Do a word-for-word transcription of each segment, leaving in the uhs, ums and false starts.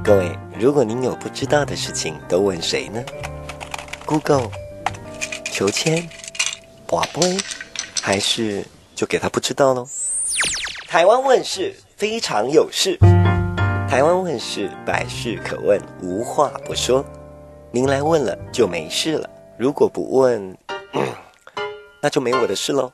各位，如果您有不知道的事情，都问谁呢？ Google、求签、拔杯，还是就给他不知道咯？台湾问事非常有事，台湾问事百事可问，无话不说。您来问了就没事了，如果不问，嗯、那就没我的事咯。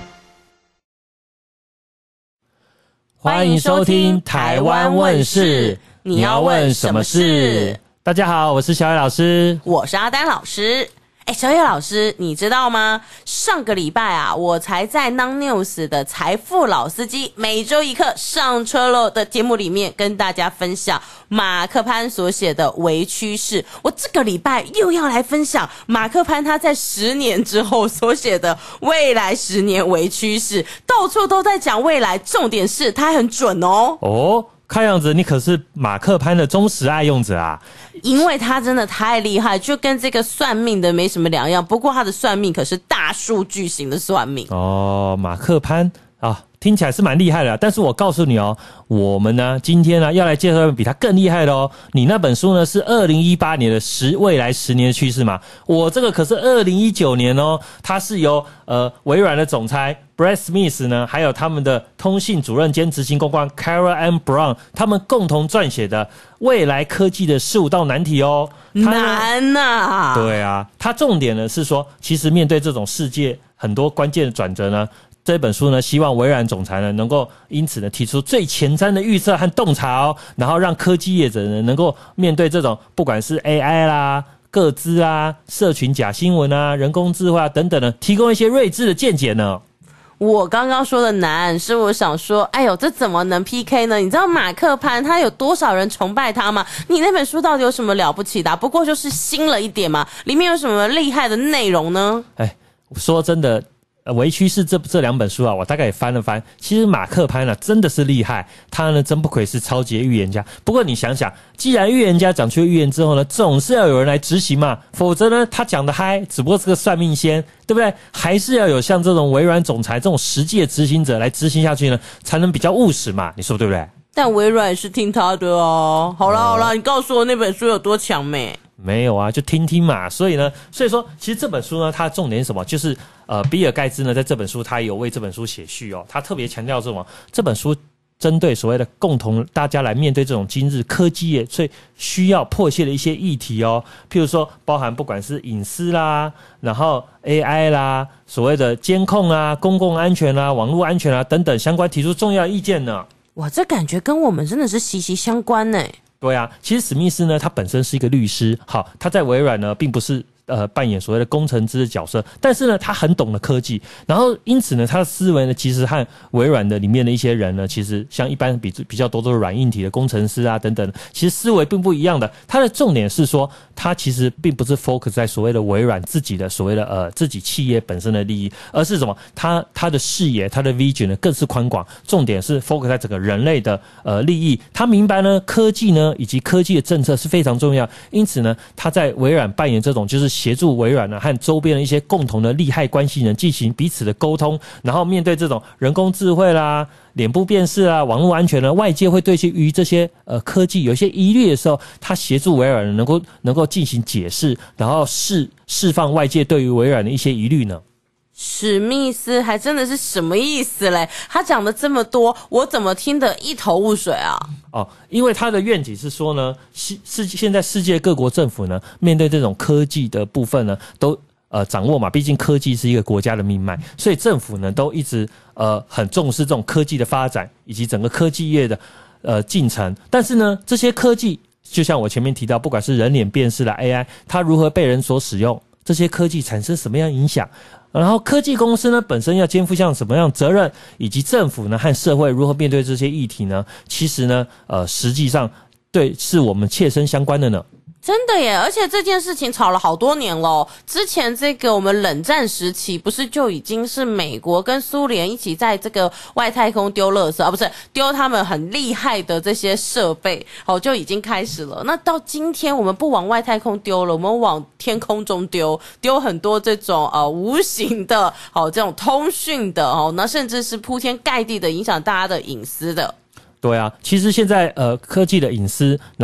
欢迎收听台湾问事，你要问什么事？大家好，我是小野老师， 我是阿丹老师。哎，小野老师，你知道吗？上个礼拜啊，我才在 Non News 的财富老司机每周一课上车喽的节目里面跟大家分享马克潘所写的微趋势。我这个礼拜又要来分享马克潘他在十年之后所写的未来十年微趋势，到处都在讲未来，重点是他还很准哦。 哦，看样子你可是马克潘的忠实爱用者啊。 因为他真的太厉害，就跟这个算命的没什么两样，不过他的算命可是大数据型的算命哦。马克潘啊，听起来是蛮厉害的，但是我告诉你哦，我们呢今天呢要来介绍比他更厉害的哦。你那本书呢是二零一八年的十未来十年的趋势嘛，我这个可是二零一九年哦，它是由呃微软的总裁 Brad Smith 呢，还有他们的通信主任兼执行公关 Kara M. Brown 他们共同撰写的未来科技的十五道难题哦。 难啊！ 对啊，它重点呢是说，其实面对这种世界很多关键的转折呢，这本书呢，希望微软总裁呢能够因此呢提出最前瞻的预测和洞察哦，然后让科技业者呢能够面对这种不管是 A I 啦、个资啊、社群假新闻啊、人工智慧啊等等呢，提供一些睿智的见解呢。 我刚刚说的难，是我想说，哎呦，这怎么能 P K 呢？你知道马克潘他有多少人崇拜他吗？你那本书到底有什么了不起的、啊？不过就是新了一点嘛，里面有什么厉害的内容呢？ 哎，说真的。呃，微趋势这这两本书啊，我大概也翻了翻。其实马克潘呢、啊、真的是厉害，他呢真不愧是超级预言家。不过你想想，既然预言家讲出预言之后呢，总是要有人来执行嘛，否则呢他讲的嗨，只不过是个算命仙，对不对？还是要有像这种微软总裁这种实际的执行者来执行下去呢，才能比较务实嘛，你说对不对？ 但微软是听他的哦。好啦好啦，你告诉我那本书有多强没？ 没有啊，就听听嘛。所以呢，所以说，其实这本书呢，它重点是什么？就是呃，比尔盖茨呢，在这本书他有为这本书写序哦，他特别强调什么？这本书针对所谓的共同大家来面对这种今日科技业最需要迫切的一些议题哦，譬如说，包含不管是隐私啦，然后 A I 啦，所谓的监控啊、公共安全啦、网络安全啊等等相关提出重要意见呢。 哇，这感觉跟我们真的是息息相关呢。 对啊，其实史密斯呢，他本身是一个律师，好，他在微软呢，并不是呃扮演所谓的工程师的角色，但是呢，他很懂得科技，然后因此呢，他的思维呢，其实和微软的里面的一些人呢，其实像一般比比较多都是软硬体的工程师啊等等，其实思维并不一样的。他的重点是说，他其实并不是 focus 在所谓的微软自己的所谓的呃自己企业本身的利益，而是什么？他他的视野，他的 vision 呢更是宽广，重点是 focus 在整个人类的呃利益。他明白呢，科技呢以及科技的政策是非常重要，因此呢，他在微软扮演这种就是协助微软呢和周边的一些共同的利害关系人进行彼此的沟通，然后面对这种人工智慧啦、脸部辨识啊、网络安全呢，外界会对于这些呃科技有一些疑虑的时候，他协助微软能够能够进行解释，然后释释放外界对于微软的一些疑虑呢。 史密斯还真的是什么意思嘞？他讲的这么多，我怎么听得一头雾水啊？ 哦，因为他的愿景是说呢，世世现在世界各国政府呢，面对这种科技的部分呢，都呃掌握嘛，毕竟科技是一个国家的命脉，所以政府呢都一直呃很重视这种科技的发展以及整个科技业的呃进程。但是呢，这些科技就像我前面提到，不管是人脸辨识啦 A I， 它如何被人所使用，这些科技产生什么样影响？然后科技公司呢本身要肩负像什么样的责任，以及政府呢和社会如何面对这些议题呢？其实呢，呃，实际上对是我们切身相关的呢。 真的耶，而且这件事情吵了好多年了。之前这个我们冷战时期，不是就已经是美国跟苏联一起在这个外太空丢垃圾啊，不是丢他们很厉害的这些设备，哦，就已经开始了。那到今天，我们不往外太空丢了，我们往天空中丢，丢很多这种呃无形的，哦，这种通讯的，哦，那甚至是铺天盖地的影响大家的隐私的。 对啊，其实现在呃科技的隐私，然后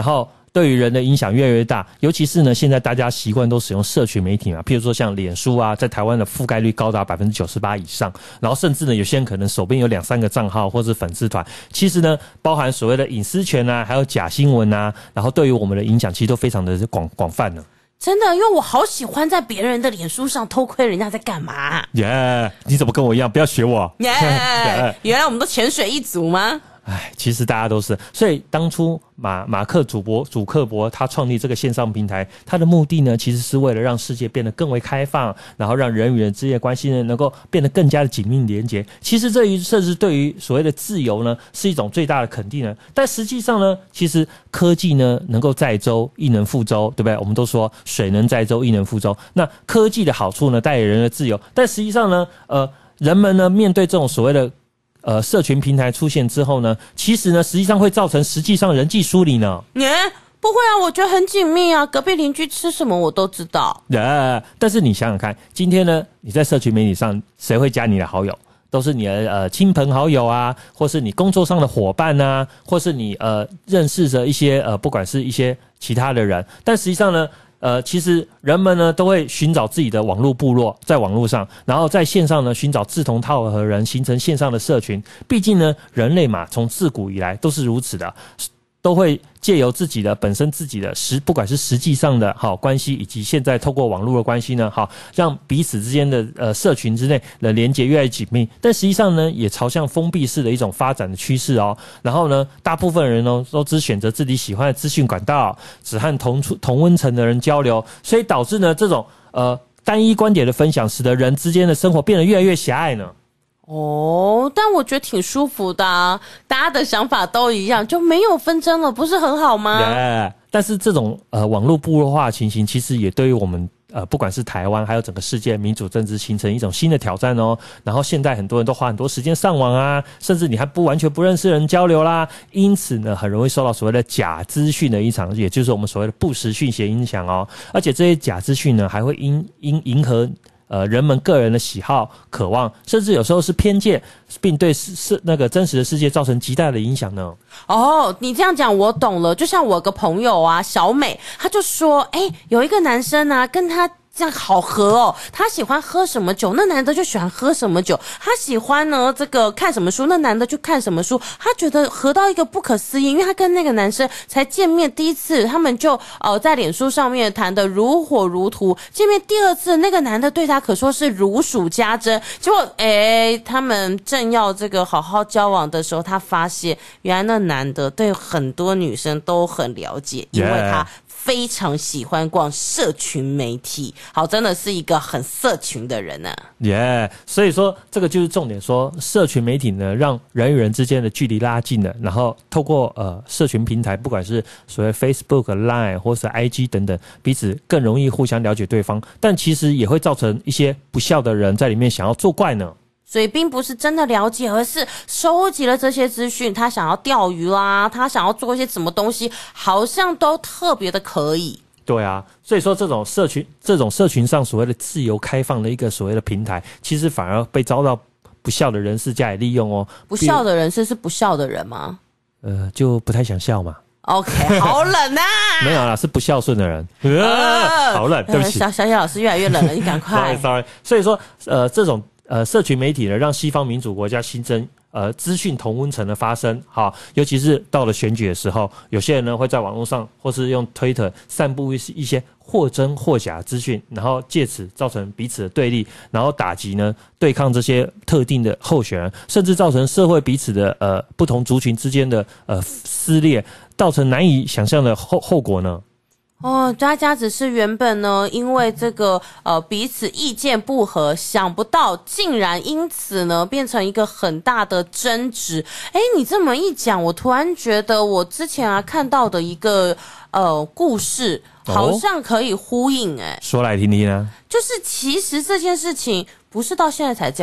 对于人的影响越来越大，尤其是呢，现在大家习惯都使用社群媒体嘛，譬如说像脸书啊，在台湾的覆盖率高达百分之九十八以上，然后甚至呢，有些人可能手边有两三个账号或是粉丝团，其实呢，包含所谓的隐私权啊，还有假新闻啊，然后对于我们的影响其实都非常的广广泛呢。 真的，因为我好喜欢在别人的脸书上偷窥人家在干嘛。 耶、yeah, 你怎么跟我一样？不要学我。 耶、yeah, 原来我们都潜水一族吗？ 哎，其实大家都是，所以当初马马克祖博祖克伯他创立这个线上平台，他的目的呢，其实是为了让世界变得更为开放，然后让人与人之间的关系呢，能够变得更加的紧密连结。其实这一甚至对于所谓的自由呢，是一种最大的肯定呢。但实际上呢，其实科技呢，能够载舟亦能覆舟，对不对？我们都说水能载舟亦能覆舟。那科技的好处呢，带给人的自由，但实际上呢，呃，人们呢，面对这种所谓的呃，社群平台出现之后呢，其实呢，实际上会造成实际上人际疏离呢。 耶、欸，不会啊，我觉得很紧密啊，隔壁邻居吃什么我都知道。 呃，但是你想想看，今天呢，你在社群媒体上，谁会加你的好友？都是你的呃亲朋好友啊，或是你工作上的伙伴啊，或是你呃认识着一些呃，不管是一些其他的人，但实际上呢。呃，其实人们呢都会寻找自己的网络部落，在网络上，然后在线上呢寻找志同道合的人，形成线上的社群。毕竟呢，人类嘛，从自古以来都是如此的，都会借由自己的本身自己的实，不管是实际上的好关系，以及现在透过网络的关系呢，好让彼此之间的呃社群之内的连结越来越紧密。但实际上呢，也朝向封闭式的一种发展的趋势哦。然后呢，大部分人呢都只选择自己喜欢的资讯管道，只和同出同温层的人交流，所以导致呢这种呃单一观点的分享，使得人之间的生活变得越来越狭隘呢。 哦，但我觉得挺舒服的啊，大家的想法都一样，就没有纷争了，不是很好吗？ yeah, 但是这种呃网络部落化的情形，其实也对于我们呃不管是台湾还有整个世界民主政治形成一种新的挑战哦。然后现在很多人都花很多时间上网啊，甚至你还不完全不认识人交流啦，因此呢，很容易受到所谓的假资讯的影响，也就是我们所谓的不实讯息影响哦。而且这些假资讯呢，还会因因迎合。呃，人们个人的喜好、渴望，甚至有时候是偏见，并对是那个真实的世界造成极大的影响呢。 哦，你这样讲我懂了。就像我有个朋友啊，小美，她就说，哎、欸，有一个男生啊，跟他这样好合哦，他喜欢喝什么酒，那男的就喜欢喝什么酒；他喜欢呢这个看什么书，那男的就看什么书。他觉得合到一个不可思议，因为他跟那个男生才见面第一次，他们就呃在脸书上面谈得如火如荼。见面第二次，那个男的对他可说是如数家珍。结果诶，他们正要这个好好交往的时候，他发现原来那男的对很多女生都很了解，因为他非常喜欢逛社群媒体，好，真的是一个很社群的人呢、啊。 耶、yeah, 所以说这个就是重点说，说社群媒体呢，让人与人之间的距离拉近了，然后透过呃社群平台，不管是所谓 Facebook、Line 或是 I G 等等，彼此更容易互相了解对方，但其实也会造成一些不孝的人在里面想要作怪呢。 所以并不是真的了解，而是收集了这些资讯，他想要钓鱼啦，他想要做一些什么东西，好像都特别的可以。 对啊，所以说这种社群这种社群上所谓的自由开放的一个所谓的平台，其实反而被遭到不孝的人士加以利用哦。 不孝的人士是不孝的人吗？ 呃，就不太想笑嘛。 OK， 好冷啊！ 没有啦，是不孝顺的人。呃、好冷，对不起。 小小野老师越来越冷了，你赶快。 sorry sorry。所以说，呃，这种。呃，社群媒体呢，让西方民主国家新增呃资讯同温层的发生，好，尤其是到了选举的时候，有些人呢会在网络上或是用推特散布一些或真或假资讯，然后借此造成彼此的对立，然后打击呢对抗这些特定的候选人，甚至造成社会彼此的呃不同族群之间的呃撕裂，造成难以想象的后后果呢。 哦，大家只是原本呢，因为这个呃彼此意见不合，想不到竟然因此呢变成一个很大的争执。诶，你这么一讲，我突然觉得我之前啊看到的一个呃故事，好像可以呼应诶、 哦、说来听听啊。 就是其实这件事情不是到现在才这样吧？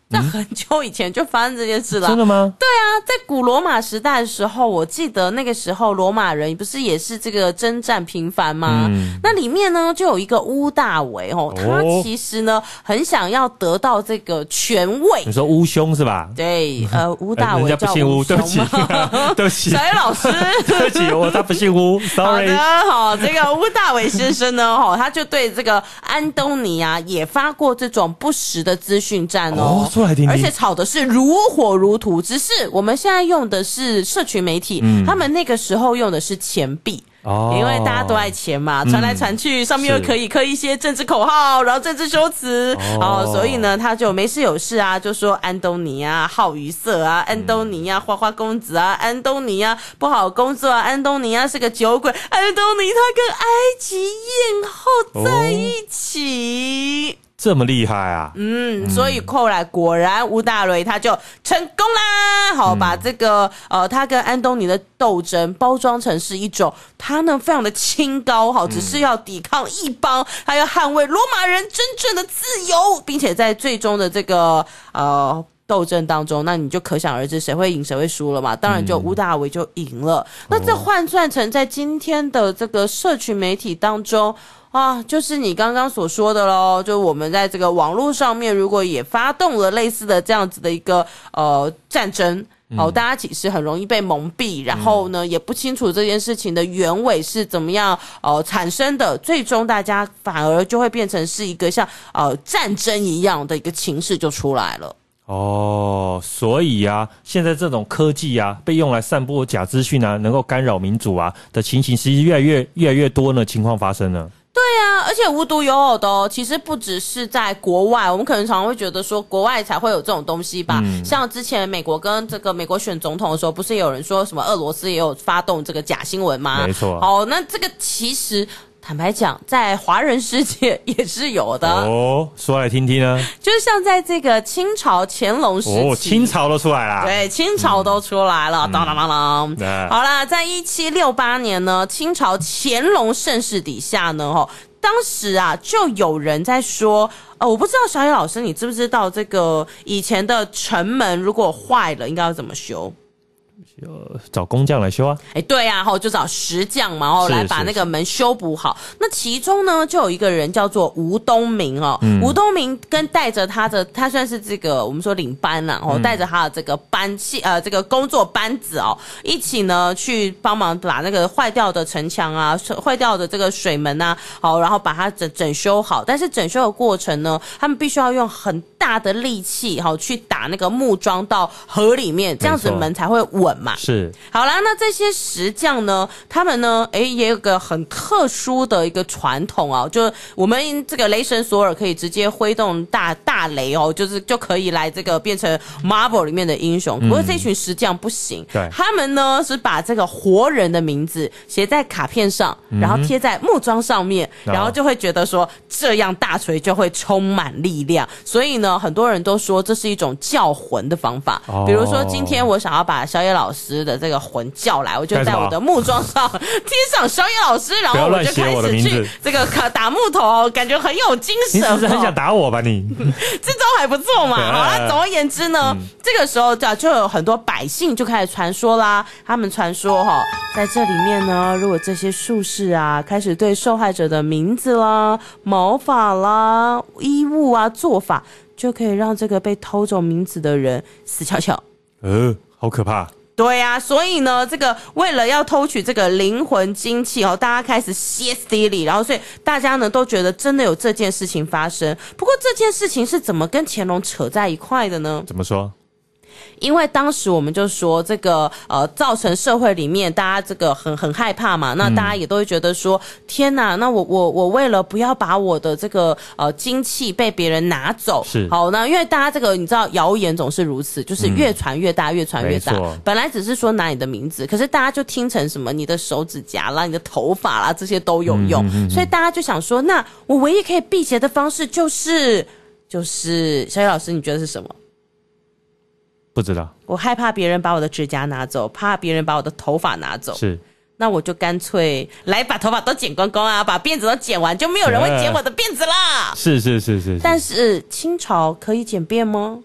在很久以前就发生这件事了。 真的吗？ 对啊，在古罗马时代的时候，我记得那个时候罗马人不是也是这个征战频繁吗？嗯、那里面呢就有一个乌大维哦，他其实呢很想要得到这个权位。 你说乌兄是吧？ 对，呃，乌大维叫乌兄嘛。 对不起， 小叶老师， 对不起，我他不姓乌 ，sorry。 好的，好，这个乌大维先生呢，哈，他就对这个安东尼啊也发过这种不实的资讯战哦。 哦来听听， 而且吵的是如火如荼，只是我们现在用的是社群媒体，嗯、他们那个时候用的是钱币。哦，因为大家都爱钱嘛，传来传去，嗯、上面又可以刻一些政治口号，然后政治修辞，哦，所以呢，他就没事有事啊，就说安东尼啊好于色啊，安东尼啊花花公子啊，安东尼啊不好工作啊，安东尼啊是个酒鬼，安东尼他跟埃及艳后在一起。哦这么厉害啊！ 嗯，所以后来果然乌大维他就成功啦，好、嗯、把这个呃他跟安东尼的斗争包装成是一种他呢非常的清高，好，只是要抵抗异邦，他要捍卫罗马人真正的自由，并且在最终的这个呃。斗争当中，那你就可想而知谁会赢谁会输了嘛，当然就乌大维就赢了、嗯、那这换算成在今天的这个社群媒体当中啊，就是你刚刚所说的咯，就我们在这个网络上面如果也发动了类似的这样子的一个呃战争，哦，大家其实很容易被蒙蔽，然后呢，也不清楚这件事情的原委是怎么样呃产生的，最终大家反而就会变成是一个像呃战争一样的一个情势就出来了。 哦，所以啊，现在这种科技啊，被用来散播假资讯啊，能够干扰民主啊的情形，其实越来越越来越多呢情况发生了。 对啊，而且无独有偶的哦，其实不只是在国外，我们可能常常会觉得说国外才会有这种东西吧。嗯、像之前美国跟这个美国选总统的时候，不是也有人说什么俄罗斯也有发动这个假新闻吗？ 没错。 好，那这个其实。坦白讲，在华人世界也是有的哦，说来听听呢。 就是像在这个清朝乾隆时期， 哦，清朝都出来了， 对，清朝都出来了，当当当当。好啦，在一七六八年呢，清朝乾隆盛世底下呢，哈，当时啊，就有人在说，呃，我不知道小野老师，你知不知道这个以前的城门如果坏了，应该要怎么修？ 呃，找工匠来修啊！ 哎，对啊，后就找石匠嘛，后来把那个门修补好。那其中呢，就有一个人叫做吴东明哦，嗯、吴东明跟带着他的，他算是这个我们说领班啦、啊，哦，带着他的这个班系呃这个工作班子哦，一起呢去帮忙把那个坏掉的城墙啊、坏掉的这个水门啊，好，然后把它整整修好。但是整修的过程呢，他们必须要用很大的力气，好去打那个木桩到河里面，这样子门才会稳嘛。 是， 好啦，那这些石匠呢，他们呢，诶，也有个很特殊的一个传统啊，就是我们这个雷神索尔可以直接挥动大大雷哦，就是就可以来这个变成 Marvel 里面的英雄。不过这群石匠不行， 对， 他们呢是把这个活人的名字写在卡片上，然后贴在木桩上面，嗯、然后就会觉得说这样大锤就会充满力量。所以呢，很多人都说这是一种叫魂的方法。哦、比如说今天我想要把小野老师的这个魂叫来，我就在我的木桩上贴上小野老师，然后我就开始去这个打木头，感觉很有精神。 你是不是很想打我吧你？ 这招还不错嘛。好啦，总而言之呢，嗯、这个时候就有很多百姓就开始传说啦。他们传说哈，在这里面呢，如果这些术士啊开始对受害者的名字啦、毛发啦、衣物啊、做法，就可以让这个被偷走名字的人死翘翘。 呃，好可怕。 对啊，所以呢，这个为了要偷取这个灵魂精气哦，大家开始歇斯底里，然后所以大家呢都觉得真的有这件事情发生。不过这件事情是怎么跟乾隆扯在一块的呢？ 怎么说？ 因为当时我们就说这个呃，造成社会里面大家这个很很害怕嘛，那大家也都会觉得说，嗯、天哪，那我我我为了不要把我的这个呃精气被别人拿走， 是好，那因为大家这个你知道谣言总是如此，就是越传越大，嗯、越传越大。本来只是说拿你的名字，可是大家就听成什么你的手指甲啦、你的头发啦这些都有用，嗯嗯嗯、所以大家就想说，那我唯一可以辟邪的方式就是就是小野老师，你觉得是什么？ 不知道， 我害怕别人把我的指甲拿走，怕别人把我的头发拿走， 是， 那我就干脆来把头发都剪光光啊，把辫子都剪完，就没有人会剪我的辫子啦。 是是是 是, 是， 但是清朝可以剪辫吗？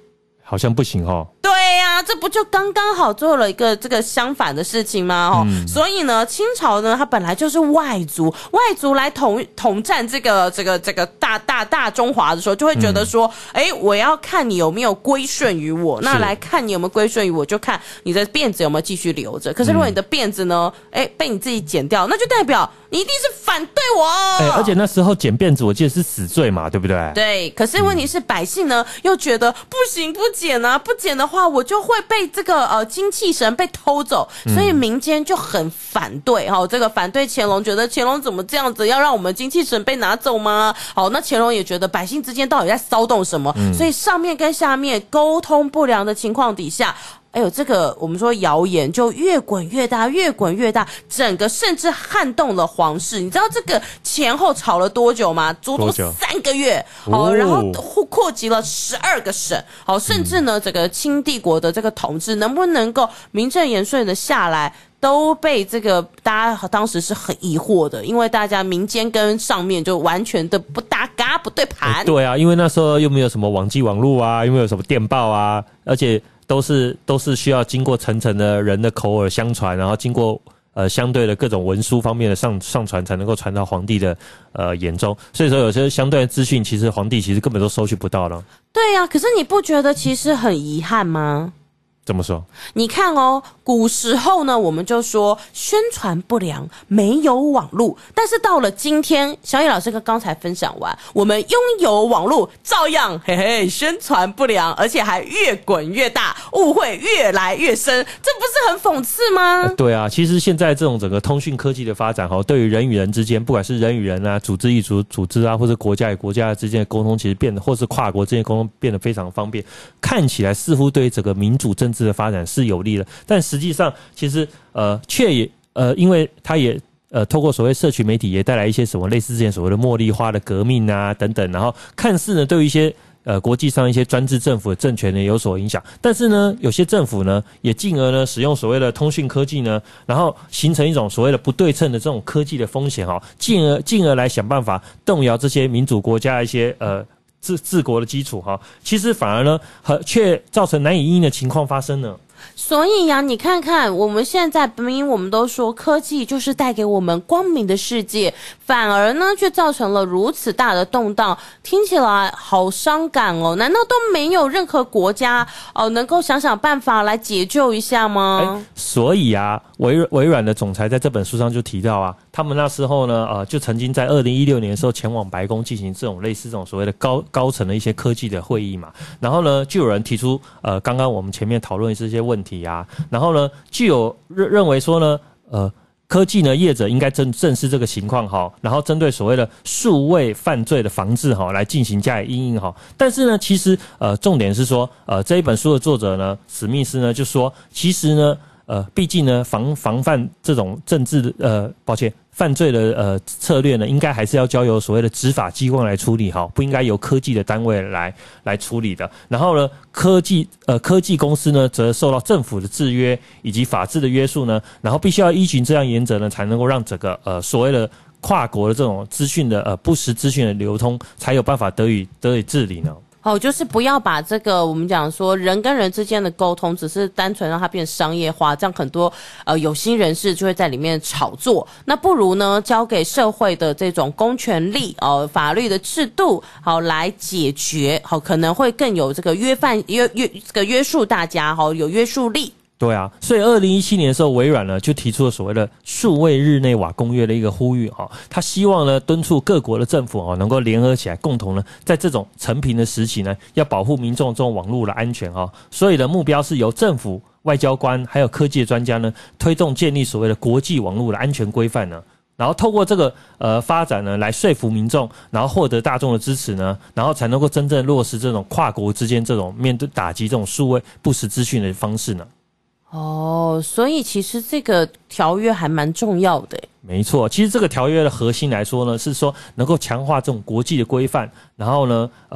好像不行哦。 对呀、啊，这不就刚刚好做了一个这个相反的事情吗？哦、嗯，所以呢，清朝呢，它本来就是外族，外族来统统战这个这个这个大大大中华的时候，就会觉得说，哎、嗯，我要看你有没有归顺于我，那来看你有没有归顺于我，就看你的辫子有没有继续留着。可是如果你的辫子呢，哎、嗯，被你自己剪掉，那就代表你一定是反对我。 哎，而且那时候剪辫子，我记得是死罪嘛，对不对？ 对。可是问题是，百姓呢、嗯、又觉得不行，不剪啊，不剪的话，我就会被这个呃精气神被偷走，所以民间就很反对哈、哦。这个反对乾隆，觉得乾隆怎么这样子，要让我们精气神被拿走吗？好，那乾隆也觉得百姓之间到底在骚动什么？嗯、所以上面跟下面沟通不良的情况底下。哎呦，这个我们说谣言就越滚越大，越滚越大，整个甚至撼动了皇室。你知道这个前后吵了多久吗？足足三个月。好、哦，然后扩及了十二个省。好，甚至呢，整个清帝国的这个统治能不能够名正言顺的下来？都被这个大家当时是很疑惑的，因为大家民间跟上面就完全的不搭嘎，不对盘、 欸。对啊，因为那时候又没有什么网际网路啊，又没有什么电报啊，而且都是都是需要经过层层的人的口耳相传，然后经过呃相对的各种文书方面的上上传，才能够传到皇帝的呃眼中。所以说，有些相对的资讯，其实皇帝其实根本都收取不到了。 对啊，可是你不觉得其实很遗憾吗？ 怎么说？ 你看哦，古时候呢，我们就说宣传不良，没有网络。但是到了今天，小野老师刚才分享完，我们拥有网络，照样嘿嘿宣传不良，而且还越滚越大，误会越来越深，这不是很讽刺吗？ 呃、对啊，其实现在这种整个通讯科技的发展，哈，对于人与人之间，不管是人与人啊、组织与组组织啊，或者国家与国家之间的沟通，其实变得，或是跨国之间的沟通变得非常方便。看起来似乎对于整个民主政治的发展是有利的，但实际上其实呃却也呃因为它也呃透过所谓社群媒体也带来一些什么类似之前所谓的茉莉花的革命啊等等，然后看似呢对于一些呃国际上一些专制政府的政权呢有所影响，但是呢有些政府呢也进而呢使用所谓的通讯科技呢，然后形成一种所谓的不对称的这种科技的风险哦，进而进而来想办法动摇这些民主国家的一些呃治治国的基础哈，其实反而呢，却造成难以因应的情况发生呢。 所以呀、啊，你看看我们现在，明明我们都说科技就是带给我们光明的世界，反而呢却造成了如此大的动荡，听起来好伤感哦。难道都没有任何国家哦、呃、能够想想办法来解救一下吗？ 欸、所以啊，微微软的总裁在这本书上就提到啊，他们那时候呢，呃，就曾经在二零一六年的时候前往白宫进行这种类似这种所谓的高高层的一些科技的会议嘛。然后呢，就有人提出呃，刚刚我们前面讨论的这些问题啊，然后呢，就有认认为说呢，呃。科技呢，业者应该正正视这个情况哈，然后针对所谓的数位犯罪的防治哈，来进行加以因应哈。但是呢，其实呃，重点是说，呃，这一本书的作者呢，史密斯呢就说，其实呢，呃，毕竟呢，防防范这种政治呃，抱歉。犯罪的呃策略呢，应该还是要交由所谓的执法机关来处理哈，不应该由科技的单位来来处理的。然后呢，科技呃科技公司呢，则受到政府的制约以及法治的约束呢，然后必须要依循这样原则呢，才能够让整个呃所谓的跨国的这种资讯的呃不实资讯的流通，才有办法得以得以治理呢。 哦，就是不要把这个我们讲说人跟人之间的沟通，只是单纯让它变商业化，这样很多呃有心人士就会在里面炒作。那不如呢，交给社会的这种公权力哦、呃，法律的制度好来解决，好可能会更有这个约范约约这个约束大家，好有约束力。 对啊，所以二零一七年的时候，微软呢就提出了所谓的数位日内瓦公约的一个呼吁哈，他希望呢敦促各国的政府哈能够联合起来，共同呢在这种成平的时期呢，要保护民众这种网络的安全哈。所以的目标是由政府、外交官还有科技的专家呢，推动建立所谓的国际网络的安全规范呢。然后透过这个呃发展呢，来说服民众，然后获得大众的支持呢，然后才能够真正落实这种跨国之间这种面对打击这种数位不实资讯的方式呢。 哦，所以其实这个条约还蛮重要的。 没错，其实这个条约的核心来说呢，是说能够强化这种国际的规范，然后呢，呃，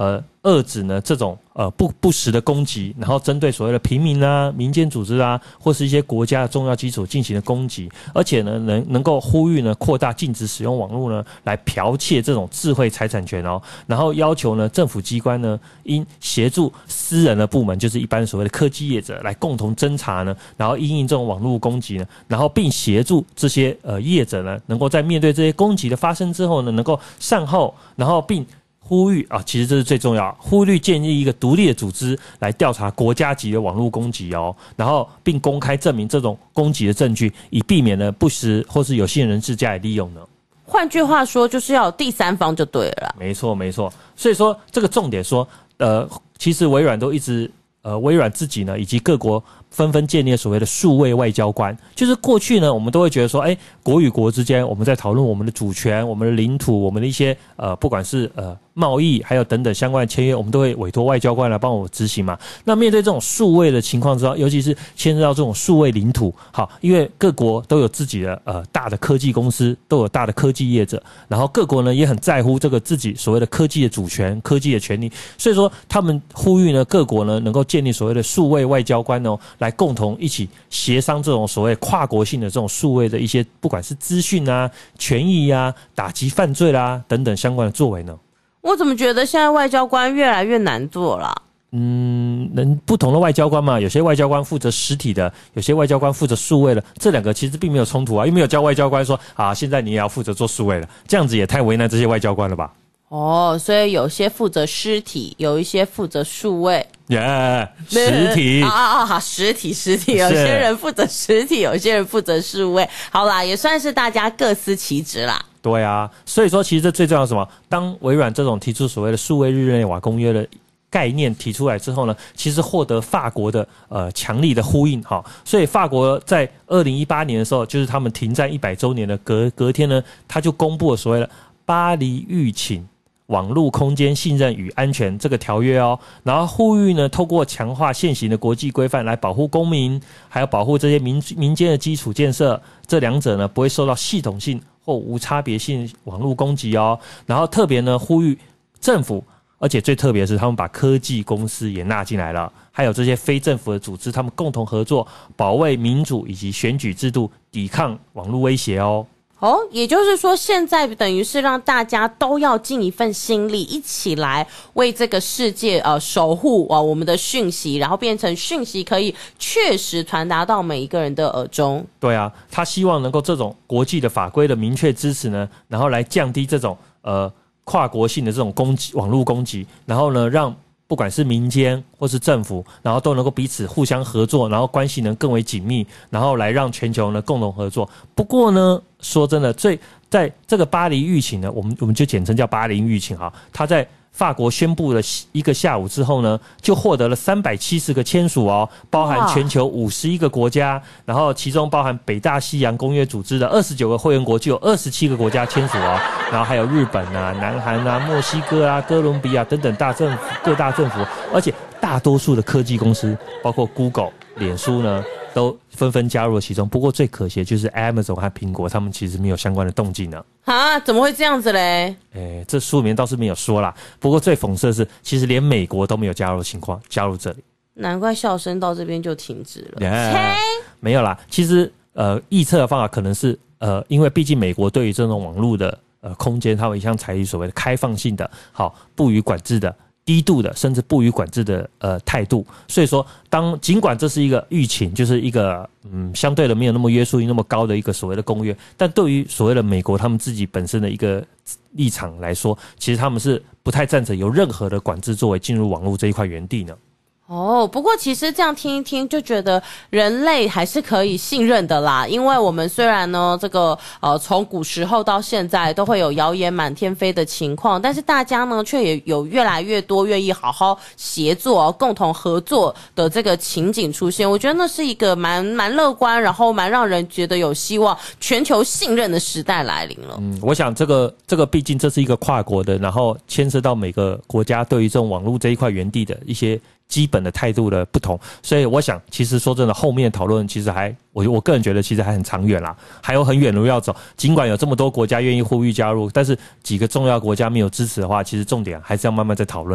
遏制呢这种呃不不实的攻击，然后针对所谓的平民啊、民间组织啊，或是一些国家的重要基础进行的攻击，而且呢能能够呼吁呢扩大禁止使用网络呢来剽窃这种智慧财产权哦，然后要求呢政府机关呢应协助私人的部门，就是一般所谓的科技业者来共同侦查呢，然后因应这种网络攻击呢，然后并协助这些呃业者呢能够在面对这些攻击的发生之后呢，能够善后，然后并呼吁啊，其实这是最重要，呼吁建立一个独立的组织来调查国家级的网络攻击哦，然后并公开证明这种攻击的证据，以避免呢不实或是有心人士加以利用呢。 换句话说，就是要有第三方就对了啦。 没错，没错。所以说这个重点说，呃，其实微软都一直，呃，微软自己呢，以及各国纷纷建立所谓的数位外交官，就是过去呢，我们都会觉得说，哎，国与国之间，我们在讨论我们的主权、我们的领土、我们的一些呃，不管是呃贸易，还有等等相关的签约，我们都会委托外交官来帮我执行嘛。那面对这种数位的情况之后，尤其是牵涉到这种数位领土，好，因为各国都有自己的呃大的科技公司，都有大的科技业者，然后各国呢也很在乎这个自己所谓的科技的主权、科技的权利，所以说他们呼吁呢，各国呢能够建立所谓的数位外交官哦，来共同一起协商这种所谓跨国性的这种数位的一些，不管是资讯啊、权益啊、打击犯罪啦、啊、等等相关的作为呢。 我怎么觉得现在外交官越来越难做了？ 嗯，能不同的外交官嘛，有些外交官负责实体的，有些外交官负责数位的，这两个其实并没有冲突啊，因为没有叫外交官说啊，现在你也要负责做数位了，这样子也太为难这些外交官了吧？ 哦，所以有些负责尸体，有一些负责数位。 耶、yeah, 实体啊啊啊！好，实体实体，有些人负责实体，有些人负责数位。好啦，也算是大家各司其职啦。 对啊，所以说其实这最重要的是什么？当微软这种提出所谓的数位日内瓦公约的概念提出来之后呢，其实获得法国的呃强力的呼应哈，所以法国在二零一八年的时候，就是他们停战一百周年的隔隔天呢，他就公布了所谓的巴黎预请网络空间信任与安全这个条约哦，然后呼吁呢，透过强化现行的国际规范来保护公民，还有保护这些民民间的基础建设，这两者呢不会受到系统性或无差别性网络攻击哦。然后特别呢呼吁政府，而且最特别的是他们把科技公司也纳进来了，还有这些非政府的组织，他们共同合作保卫民主以及选举制度，抵抗网络威胁哦。 哦，也就是说，现在等于是让大家都要尽一份心力，一起来为这个世界呃守护啊、呃、我们的讯息，然后变成讯息可以确实传达到每一个人的耳中。 对啊，他希望能够这种国际的法规的明确支持呢，然后来降低这种呃跨国性的这种攻击、网络攻击，然后呢让不管是民间或是政府，然后都能够彼此互相合作，然后关系能更为紧密，然后来让全球呢共同合作。不过呢，说真的，最在这个巴黎预请呢，我们我们就简称叫巴黎预请哈，它在法国宣布了一个下午之后呢，就获得了三百七十个签署哦，包含全球五十一个国家，然后其中包含北大西洋公约组织的二十九个会员国，就有二十七个国家签署哦，然后还有日本啊、南韩啊、墨西哥啊、哥伦比亚等等大政府各大政府，而且大多数的科技公司，包括 Google、脸书呢，都纷纷加入了其中。不过最可惜的就是 Amazon 和苹果，他们其实没有相关的动静呢。 啊，怎么会这样子嘞？ 诶，这书里面倒是没有说啦。不过最讽刺的是，其实连美国都没有加入的情况，加入这里。 难怪笑声到这边就停止了。 Yeah, 没有啦，其实呃，预测的方法可能是呃，因为毕竟美国对于这种网络的呃空间，他们一向采取所谓的开放性的、好不予管制的。低度的甚至不予管制的呃态度，所以说当尽管这是一个预请，就是一个嗯相对的没有那么约束力那么高的一个所谓的公约，但对于所谓的美国他们自己本身的一个立场来说，其实他们是不太赞成有任何的管制作为进入网络这一块园地呢。 哦，不过其实这样听一听，就觉得人类还是可以信任的啦。因为我们虽然呢，这个呃从古时候到现在都会有谣言满天飞的情况，但是大家呢却也有越来越多愿意好好协作、共同合作的这个情景出现。我觉得那是一个蛮蛮乐观，然后蛮让人觉得有希望、全球信任的时代来临了。 嗯，我想这个这个毕竟这是一个跨国的，然后牵涉到每个国家对于这种网络这一块园地的一些基本的态度的不同，所以我想，其实说真的，后面讨论其实还我我个人觉得其实还很长远啦，还有很远路要走。尽管有这么多国家愿意呼吁加入，但是几个重要国家没有支持的话，其实重点还是要慢慢再讨论啦。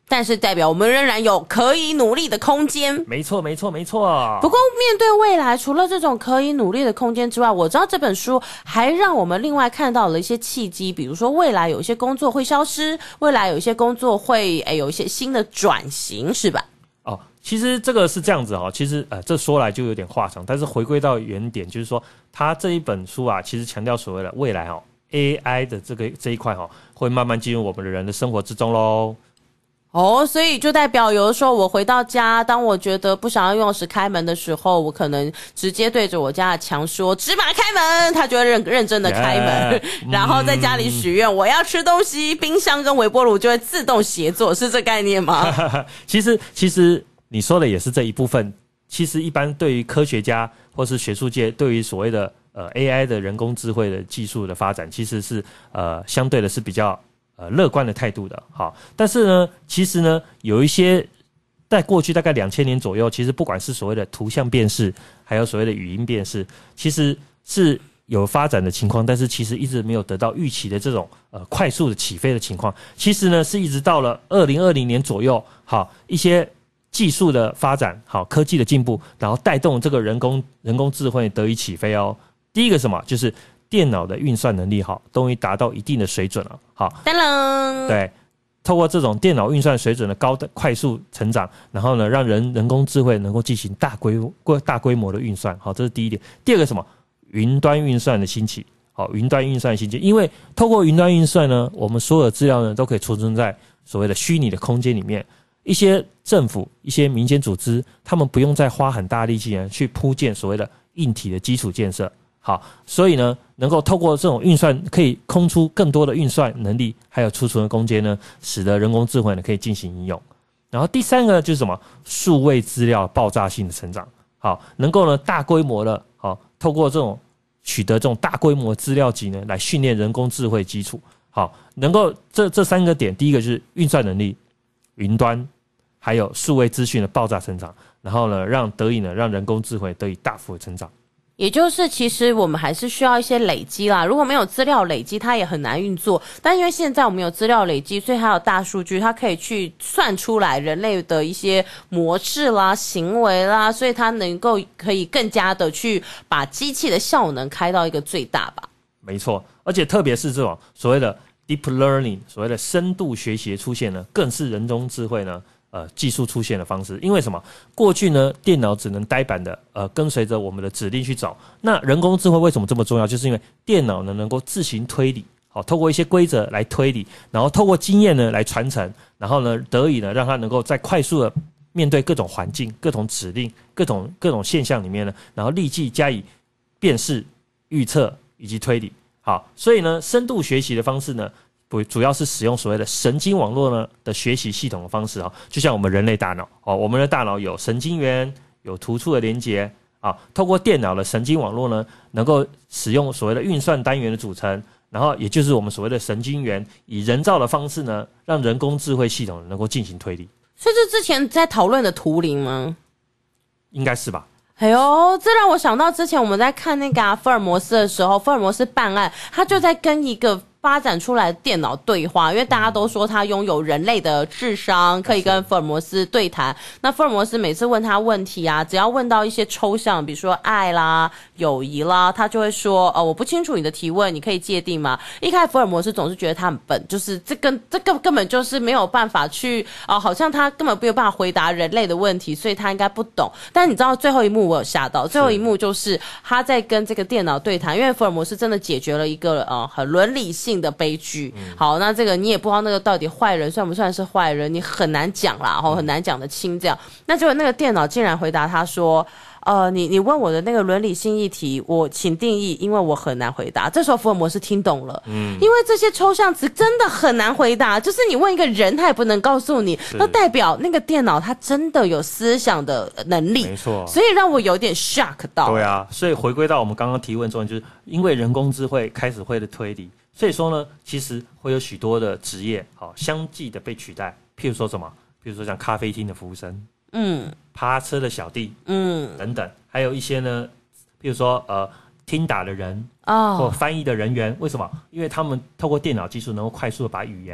但是代表我们仍然有可以努力的空间。 没错，没错，没错。 不过面对未来，除了这种可以努力的空间之外，我知道这本书还让我们另外看到了一些契机，比如说未来有一些工作会消失，未来有一些工作会诶有一些新的转型，是吧？ 哦，其实这个是这样子哦，其实呃，这说来就有点话长，但是回归到原点，就是说，他这一本书啊，其实强调所谓的未来哦 ，A I 的这个这一块哦，会慢慢进入我们的人的生活之中喽。 哦，所以就代表有的时候我回到家，当我觉得不想要用钥匙开门的时候，我可能直接对着我家的墙说“芝麻开门”，他就会认认真的开门， yeah, 然后在家里许愿、嗯、我要吃东西，冰箱跟微波炉就会自动协作，是这概念吗？ 其实其实你说的也是这一部分。其实一般对于科学家或是学术界，对于所谓的呃 A I 的人工智慧的技术的发展，其实是呃相对的是比较呃，乐观的态度的，好，但是呢，其实呢，有一些在过去大概两千年左右，其实不管是所谓的图像辨识，还有所谓的语音辨识，其实是有发展的情况，但是其实一直没有得到预期的这种呃快速的起飞的情况。其实呢，是一直到了二零二零年左右，好，一些技术的发展，好，科技的进步，然后带动这个人工人工智慧得以起飞哦。第一个什么，就是电脑的运算能力好，终于达到一定的水准了。好， 噔噔， 对，透过这种电脑运算水准的高的快速成长，然后呢，让人人工智慧能够进行大规大规模的运算。好，这是第一点。第二个什么？云端运算的兴起。好，云端运算的兴起，因为透过云端运算呢，我们所有的资料呢都可以储存在所谓的虚拟的空间里面。一些政府、一些民间组织，他们不用再花很大力气呢去铺建所谓的硬体的基础建设。好，所以呢，能够透过这种运算，可以空出更多的运算能力，还有储存的空间呢，使得人工智慧呢可以进行应用。然后第三个就是什么？数位资料爆炸性的成长。好，能够呢大规模的，好，透过这种取得这种大规模资料集呢，来训练人工智慧基础。好，能够这这三个点，第一个就是运算能力、云端，还有数位资讯的爆炸成长，然后呢，让得以呢让人工智慧得以大幅的成长。 也就是其实我们还是需要一些累积啦，如果没有资料累积，它也很难运作。但因为现在我们有资料累积，所以它有大数据，它可以去算出来人类的一些模式啦、行为啦，所以它能够可以更加的去把机器的效能开到一个最大吧。 没错，而且特别是这种所谓的 deep learning， 所谓的深度学习的出现呢，更是人工智慧呢呃，技术出现的方式。因为什么？过去呢，电脑只能呆板的呃跟随着我们的指令去走。那人工智慧为什么这么重要？就是因为电脑呢能够自行推理，好，透过一些规则来推理，然后透过经验呢来传承，然后呢得以呢让它能够在快速的面对各种环境、各种指令、各种各种现象里面呢，然后立即加以辨识、预测以及推理。好，所以呢，深度学习的方式呢，不主要是使用所谓的神经网络呢的学习系统的方式啊，就像我们人类大脑哦，我们的大脑有神经元，有突触的连接啊，透过电脑的神经网络呢，能够使用所谓的运算单元的组成，然后也就是我们所谓的神经元，以人造的方式呢，让人工智慧系统能够进行推理。 所以这之前在讨论的图灵吗？ 应该是吧。 哎呦，这让我想到之前我们在看那个、啊、福尔摩斯的时候，福尔摩斯办案，他就在跟一个发展出来的电脑对话，因为大家都说他拥有人类的智商，可以跟福尔摩斯对谈。那福尔摩斯每次问他问题啊，只要问到一些抽象，比如说爱啦、友谊啦，他就会说：“哦，我不清楚你的提问，你可以界定吗？”一开始福尔摩斯总是觉得他很笨，就是这根这个根本就是没有办法去啊、呃，好像他根本没有办法回答人类的问题，所以他应该不懂。但你知道最后一幕我有吓到，最后一幕就是他在跟这个电脑对谈，因为福尔摩斯真的解决了一个呃很伦理性的悲剧。好，那这个你也不知道那个到底坏人算不算是坏人，你很难讲啦，很难讲得清这样。那结果那个电脑竟然回答他说：“呃，你你问我的那个伦理性议题，我请定义，因为我很难回答。”这时候福尔摩斯听懂了，嗯，因为这些抽象词真的很难回答，就是你问一个人，他也不能告诉你，那代表那个电脑它真的有思想的能力， 没错， 所以让我有点 shock 到。 对啊，所以回归到我们刚刚提问中，就是因为人工智慧开始会的推理。所以说呢，其实会有许多的职业，好相继的被取代。譬如说什么？譬如说像咖啡厅的服务生，嗯，趴车的小弟，嗯，等等，还有一些呢，譬如说呃，听打的人，哦，或翻译的人员。为什么？因为他们透过电脑技术，能够快速的把语言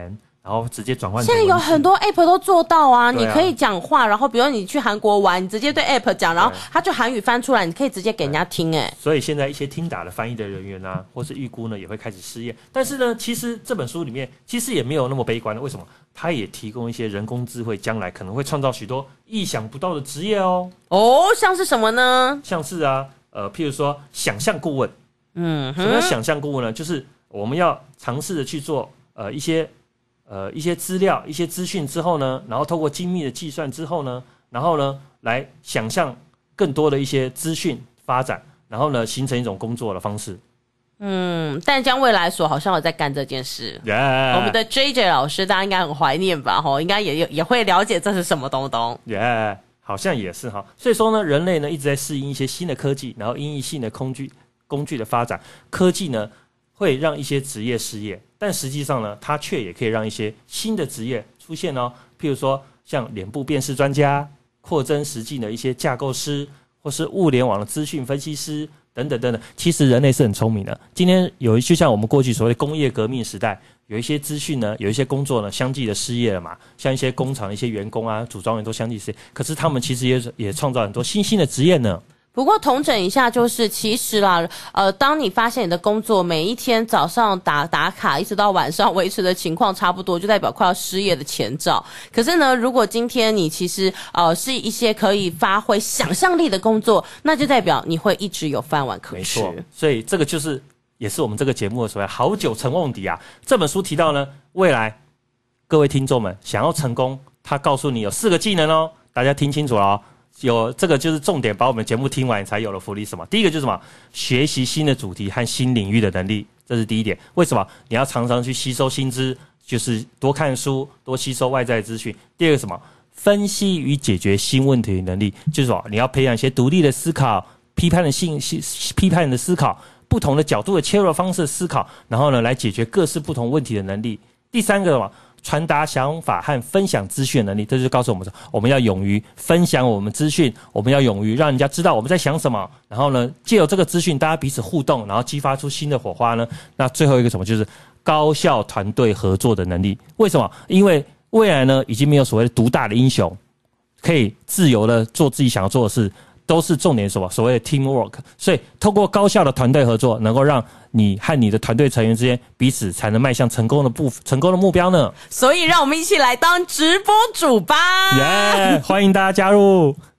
然后直接转换。 现在有很多 App 都做到啊， 啊你可以讲话，然后比如你去韩国玩，你直接对 App 讲，然后它就韩语翻出来，你可以直接给人家听。哎， 所以现在一些听打的翻译的人员啊，或是预估呢，也会开始失业。但是呢，其实这本书里面其实也没有那么悲观的。为什么？它也提供一些人工智慧将来可能会创造许多意想不到的职业哦。 哦，像是什么呢？ 像是啊，呃，譬如说想象顾问。 嗯哼， 什么叫想象顾问呢？就是我们要尝试的去做呃一些。呃，一些资料、一些资讯之后呢，然后透过精密的计算之后呢，然后呢，来想象更多的一些资讯发展，然后呢，形成一种工作的方式。 嗯，淡江未来所好像有在干这件事。 Yeah. 我们的 J J 老师，大家应该很怀念吧？吼，应该也也也会了解这是什么东东。 Yeah， 好像也是哈。所以说呢，人类呢一直在适应一些新的科技，然后因应性的工具工具的发展，科技呢会让一些职业失业。但实际上呢，它却也可以让一些新的职业出现哦，譬如说像脸部辨识专家、扩增实境的一些架构师，或是物联网的资讯分析师等等等等。其实人类是很聪明的。今天有就像我们过去所谓工业革命时代，有一些资讯呢，有一些工作呢，相继的失业了嘛，像一些工厂的一些员工啊、组装员都相继失业。可是他们其实也也创造很多新兴的职业呢。 不过统整一下，就是其实啦，呃，当你发现你的工作每一天早上打打卡，一直到晚上维持的情况差不多，就代表快要失业的前兆。可是呢，如果今天你其实呃是一些可以发挥想象力的工作，那就代表你会一直有饭碗可吃。 没错，所以这个就是也是我们这个节目的所谓好酒沉瓮底啊。这本书提到呢，未来各位听众们想要成功，他告诉你有四个技能哦，大家听清楚了哦。有这个就是重点，把我们节目听完才有了福利。什么？第一个就是什么？学习新的主题和新领域的能力，这是第一点。为什么？你要常常去吸收新知，就是多看书，多吸收外在资讯。第二个什么？分析与解决新问题的能力，就是什么？你要培养一些独立的思考、批判的性、批判的思考、不同的角度的切入方式思考，然后呢，来解决各式不同问题的能力。第三个什么？传达想法和分享资讯的能力，这就是告诉我们说，我们要勇于分享我们资讯，我们要勇于让人家知道我们在想什么。然后呢，藉由这个资讯，大家彼此互动，然后激发出新的火花呢。那最后一个什么，就是高效团队合作的能力。为什么？因为未来呢，已经没有所谓的独大的英雄，可以自由的做自己想要做的事。都是重点什么？所谓的 teamwork， 所以透过高效的团队合作，能够让你和你的团队成员之间彼此才能迈向成功的步成功的目标呢。 所以让我们一起来当直播主吧！ 耶、yeah, 欢迎大家加入。